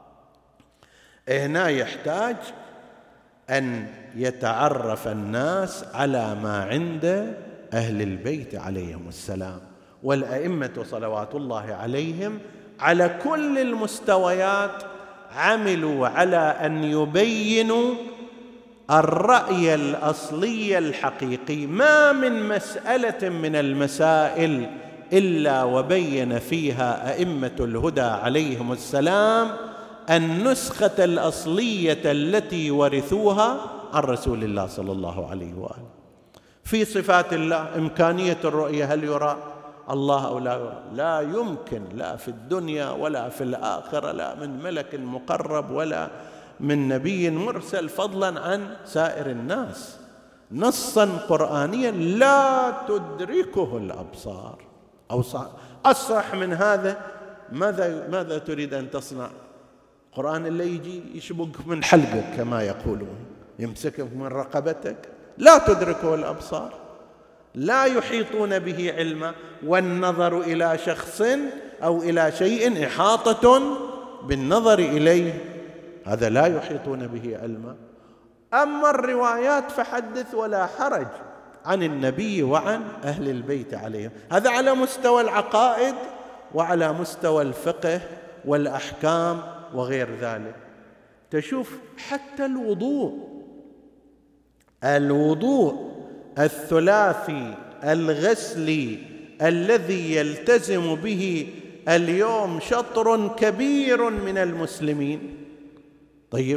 هنا يحتاج أن يتعرف الناس على ما عند أهل البيت عليهم السلام والأئمة صلوات الله عليهم على كل المستويات. عملوا على أن يبينوا الرأي الأصلي الحقيقي. ما من مسألة من المسائل إلا وبين فيها أئمة الهدى عليهم السلام النسخة الأصلية التي ورثوها عن رسول الله صلى الله عليه وآله. في صفات الله، إمكانية الرؤية، هل يرى الله أو لا يرى؟ لا يمكن، لا في الدنيا ولا في الآخرة، لا من ملك مقرب ولا من نبي مرسل، فضلا عن سائر الناس. نصا قرآنيا لا تدركه الأبصار. أصرح من هذا ماذا تريد أن تصنع؟ القرآن اللي يجي يشبك من حلقك كما يقولون، يمسكك من رقبتك. لا تدركه الأبصار، لا يحيطون به علما. والنظر إلى شخص أو إلى شيء إحاطة بالنظر إليه، هذا لا يحيطون به علما. أما الروايات فحدث ولا حرج عن النبي وعن أهل البيت عليهم. هذا على مستوى العقائد وعلى مستوى الفقه والأحكام وغير ذلك. تشوف حتى الوضوء، الوضوء الثلاثي الغسلي الذي يلتزم به اليوم شطر كبير من المسلمين. طيب،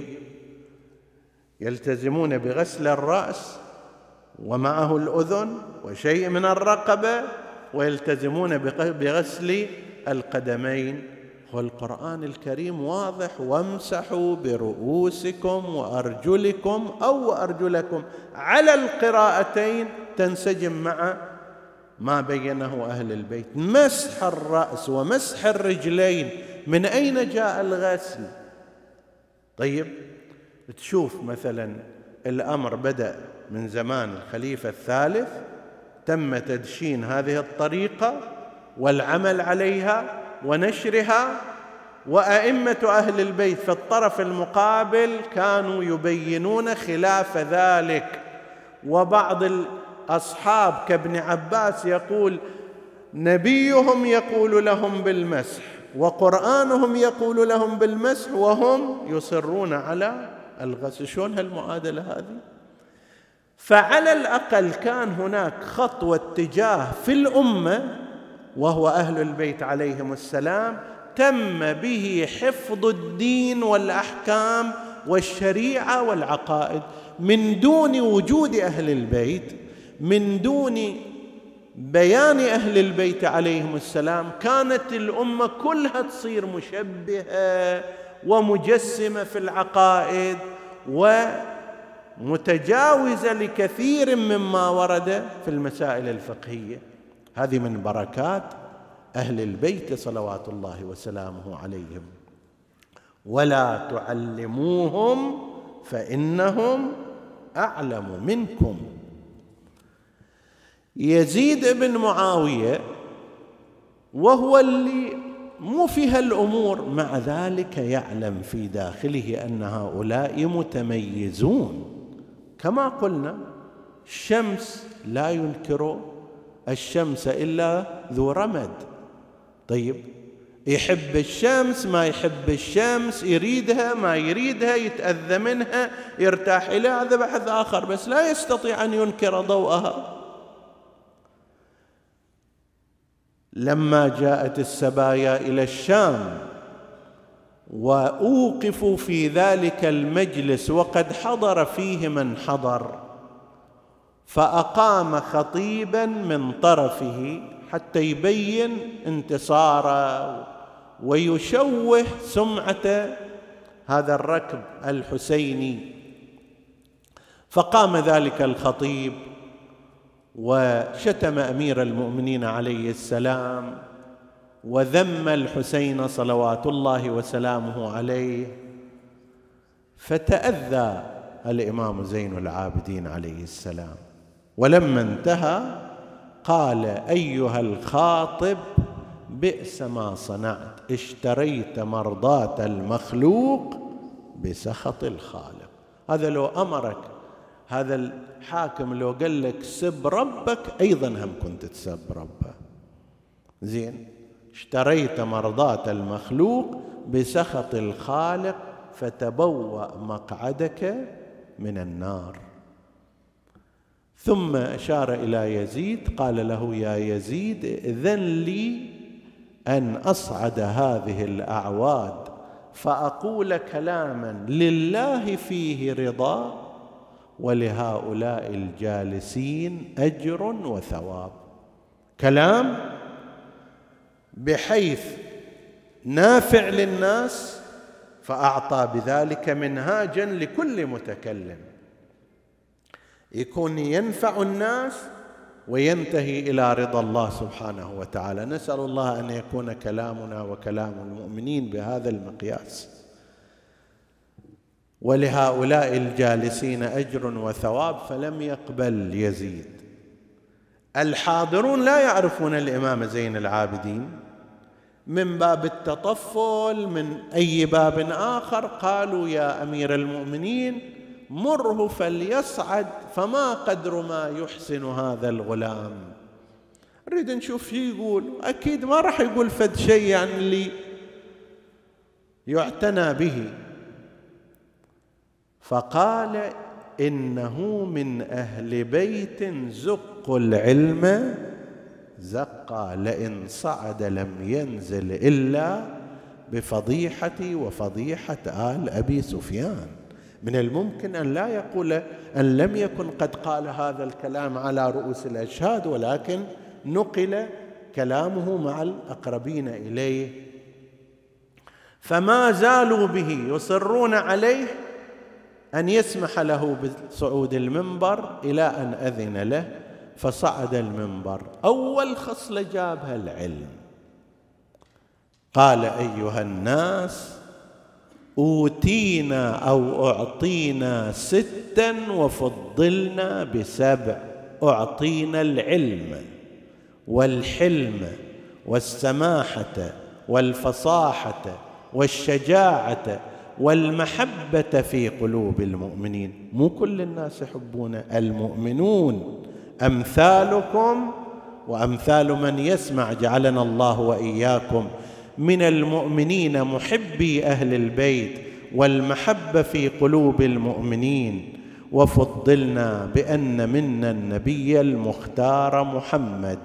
يلتزمون بغسل الرأس ومعه الأذن وشيء من الرقبة، ويلتزمون بغسل القدمين. والقرآن الكريم واضح: وامسحوا برؤوسكم وأرجلكم أو أرجلكم، على القراءتين تنسجم مع ما بينه أهل البيت. مسح الرأس ومسح الرجلين، من أين جاء الغسل؟ طيب، تشوف مثلا الأمر بدأ من زمان الخليفة الثالث، تم تدشين هذه الطريقة والعمل عليها ونشرها، وأئمة أهل البيت في الطرف المقابل كانوا يبينون خلاف ذلك. وبعض الأصحاب كابن عباس يقول: نبيهم يقول لهم بالمسح وقرآنهم يقول لهم بالمسح وهم يصرون على الغسل. شلون هالمعادلة هذه؟ فعلى الأقل كان هناك خطوة اتجاه في الأمة، وهو أهل البيت عليهم السلام، تم به حفظ الدين والأحكام والشريعة والعقائد. من دون وجود أهل البيت، من دون بيان أهل البيت عليهم السلام، كانت الأمة كلها تصير مشبهة ومجسمة في العقائد ومتجاوزة لكثير مما ورد في المسائل الفقهية. هذه من بركات أهل البيت صلوات الله وسلامه عليهم. ولا تعلموهم فإنهم أعلم منكم. يزيد بن معاوية وهو اللي مو فيها الأمور، مع ذلك يعلم في داخله أن هؤلاء متميزون. كما قلنا، الشمس لا ينكر الشمس إلا ذو رمد. طيب، يحب الشمس ما يحب الشمس، يريدها ما يريدها، يتأذى منها يرتاح إليها، هذا بحث آخر، بس لا يستطيع أن ينكر ضوءها. لما جاءت السبايا إلى الشام وأوقفوا في ذلك المجلس وقد حضر فيه من حضر، فأقام خطيبا من طرفه حتى يبين انتصاره ويشوه سمعة هذا الركب الحسيني. فقام ذلك الخطيب وشتم أمير المؤمنين عليه السلام وذم الحسين صلوات الله وسلامه عليه، فتأذى الإمام زين العابدين عليه السلام. ولما انتهى قال: أيها الخاطب، بئس ما صنعت، اشتريت مرضاة المخلوق بسخط الخالق. هذا لو أمرك هذا الحاكم، لو قال لك سب ربك، أيضا هم كنت تسب ربه. زين، اشتريت مرضاة المخلوق بسخط الخالق فتبوأ مقعدك من النار. ثم أشار إلى يزيد قال له: يا يزيد، إذن لي أن أصعد هذه الأعواد فأقول كلاما لله فيه رضا ولهؤلاء الجالسين أجر وثواب. كلام بحيث نافع للناس، فأعطى بذلك منهاجا لكل متكلم يكون ينفع الناس وينتهي إلى رضا الله سبحانه وتعالى. نسأل الله أن يكون كلامنا وكلام المؤمنين بهذا المقياس. ولهؤلاء الجالسين أجر وثواب. فلم يقبل يزيد. الحاضرون لا يعرفون الإمام زين العابدين، من باب التطفل من أي باب آخر قالوا: يا أمير المؤمنين، مره فليصعد، فما قدر ما يحسن هذا الغلام. نريد نشوف شو يقول. أكيد ما راح يقول فد شيء يعني اللي يعتنى به. فقال: إنه من أهل بيت زقوا العلم زقا، لئن صعد لم ينزل إلا بفضيحتي وفضيحة آل أبي سفيان. من الممكن أن لا يقول، أن لم يكن قد قال هذا الكلام على رؤوس الأشهاد، ولكن نقل كلامه مع الأقربين إليه. فما زالوا به يصرون عليه أن يسمح له بصعود المنبر إلى أن أذن له، فصعد المنبر. أول خصلة جابها العلم. قال: أيها الناس، أوتينا أو أعطينا 6 وفضلنا ب7. أعطينا العلم والحلم والسماحة والفصاحة والشجاعة والمحبة في قلوب المؤمنين. مو كل الناس يحبون المؤمنون، أمثالكم وأمثال من يسمع، جعلنا الله وإياكم من المؤمنين محبي أهل البيت والمحبة في قلوب المؤمنين. وفضلنا بأن منا النبي المختار محمد،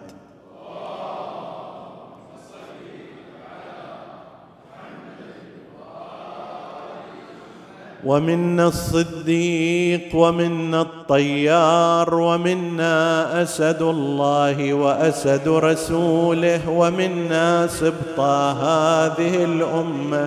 ومنا الصديق ومنا الطيار ومنا أسد الله وأسد رسوله ومنا سبطى هذه الأمة.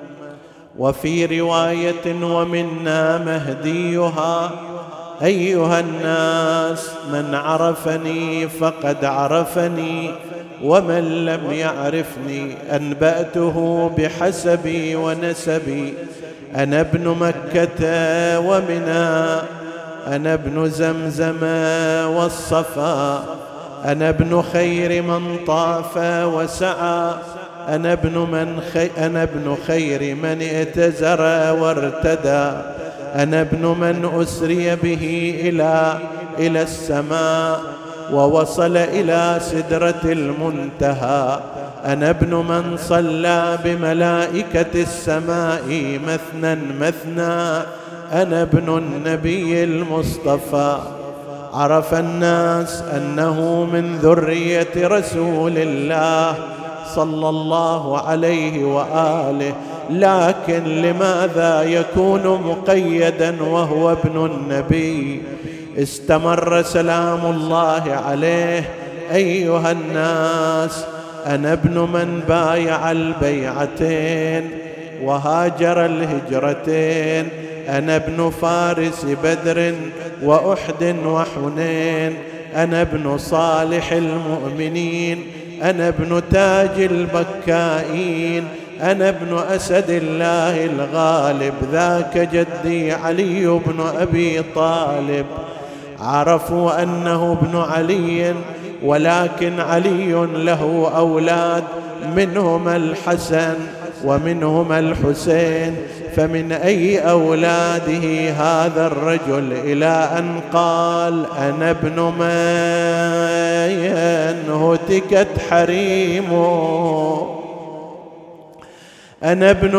وفي رواية: ومنا مهديها. أيها الناس، من عرفني فقد عرفني، ومن لم يعرفني أنبأته بحسبي ونسبي. أنا ابن مكة ومنى، أنا ابن زمزم والصفا، أنا ابن خير من طاف وسعى، أنا ابن خير من ائتزر وارتدى، أنا ابن من أسري به إلى السماء ووصل إلى سدرة المنتهى، أنا ابن من صلى بملائكة السماء مثنى مثنى، أنا ابن النبي المصطفى. عرف الناس أنه من ذرية رسول الله صلى الله عليه وآله، لكن لماذا يكون مقيدا وهو ابن النبي؟ استمر سلام الله عليه: أيها الناس، أنا ابن من بايع البيعتين وهاجر الهجرتين، أنا ابن فارس بدر وأحد وحنين، أنا ابن صالح المؤمنين، أنا ابن تاج البكائين، أنا ابن أسد الله الغالب، ذاك جدي علي بن أبي طالب. عرفوا أنه ابن علي، ولكن علي له أولاد، منهما الحسن ومنهما الحسين، فمن أي أولاده هذا الرجل؟ إلى أن قال: أنا ابن من هتكت حريمه، أنا ابن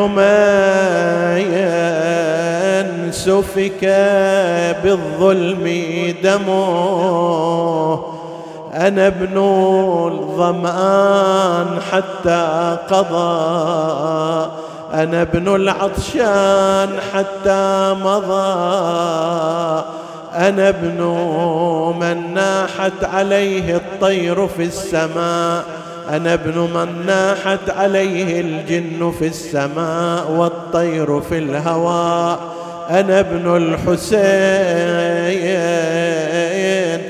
من سفك بالظلم دمه، أنا ابن الظمآن حتى قضى، أنا ابن العطشان حتى مضى، أنا ابن من ناحت عليه الطير في السماء، أنا ابن من ناحت عليه الجن في السماء والطير في الهواء، أنا ابن الحسين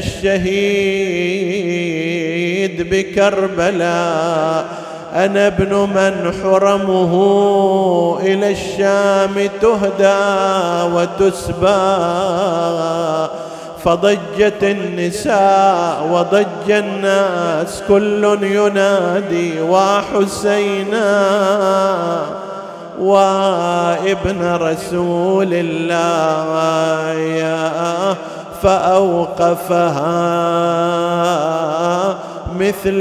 الشهيد بكربلاء، أنا ابن من حرمه إلى الشام تهدى وتسبى، فضجت النساء وضج الناس كل ينادي وحسينا وابن رسول الله، فأوقفها مثل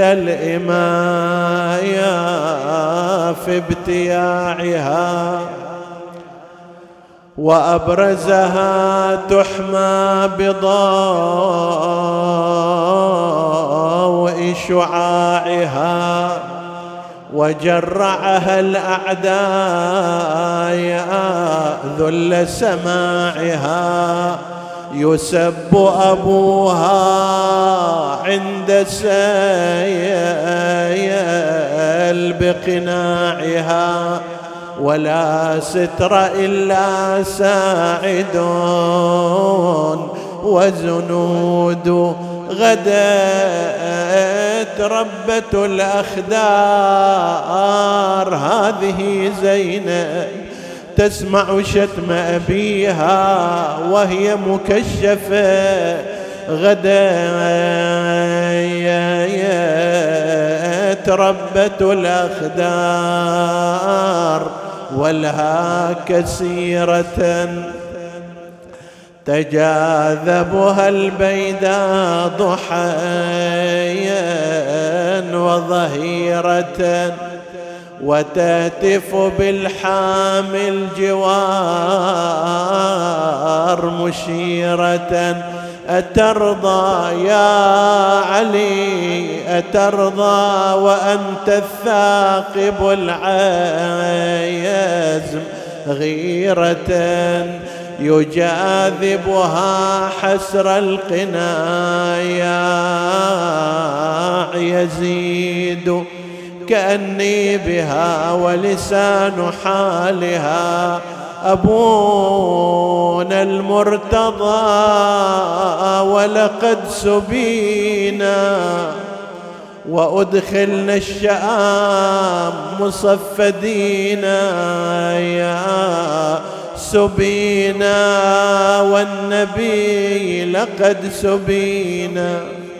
الإماية في ابتياعها. وأبرزها تحمى بضوء شعاعها، وجرعها الأعداء ذل سماعها. يسب أبوها عند سيل بقناعها، ولا ستر إلا ساعد وزنود. غدت ربة الأخدار هذه زينب تسمع شتم أبيها وهي مكشفة. غدت ربة الأخدار ولها كسيرة، تجاذبها البيداء ضحيا وظهيرة، وتهتف بالحام الجوار مشيرة. أترضى يا علي أترضى وأنت الثاقب العزم غيرة، يجاذبها حسر القنايا يزيد كأني بها ولسان حالها. أبونا المرتضى ولقد سبينا وأدخلنا الشام مصفدين، يا سبينا والنبي لقد سبينا.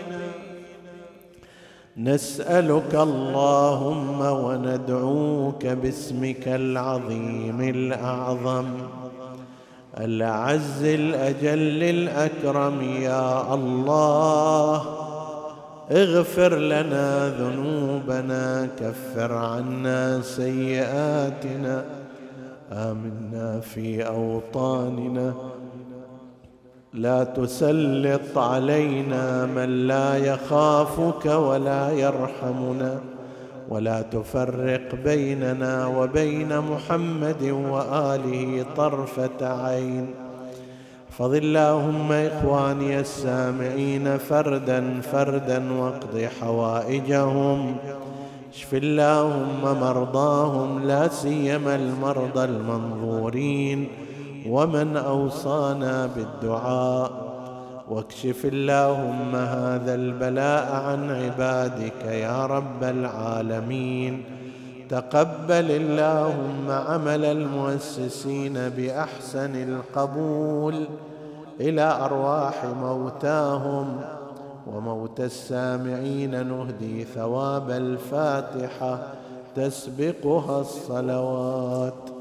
نسألك اللهم وندعوك باسمك العظيم الأعظم الأعز الأجل الأكرم، يا الله اغفر لنا ذنوبنا، كفر عنا سيئاتنا، آمنا في أوطاننا، لا تسلط علينا من لا يخافك ولا يرحمنا، ولا تفرق بيننا وبين محمد وآله طرفة عين. احفظ اللهم إخواني السامعين فردا فردا واقض حوائجهم، اشف اللهم مرضاهم لا سيما المرضى المنظورين ومن أوصانا بالدعاء، واكشف اللهم هذا البلاء عن عبادك يا رب العالمين. تقبل اللهم عمل المؤسسين بأحسن القبول إلى أرواح موتاهم وموتى السامعين، نهدي ثواب الفاتحة تسبقها الصلوات.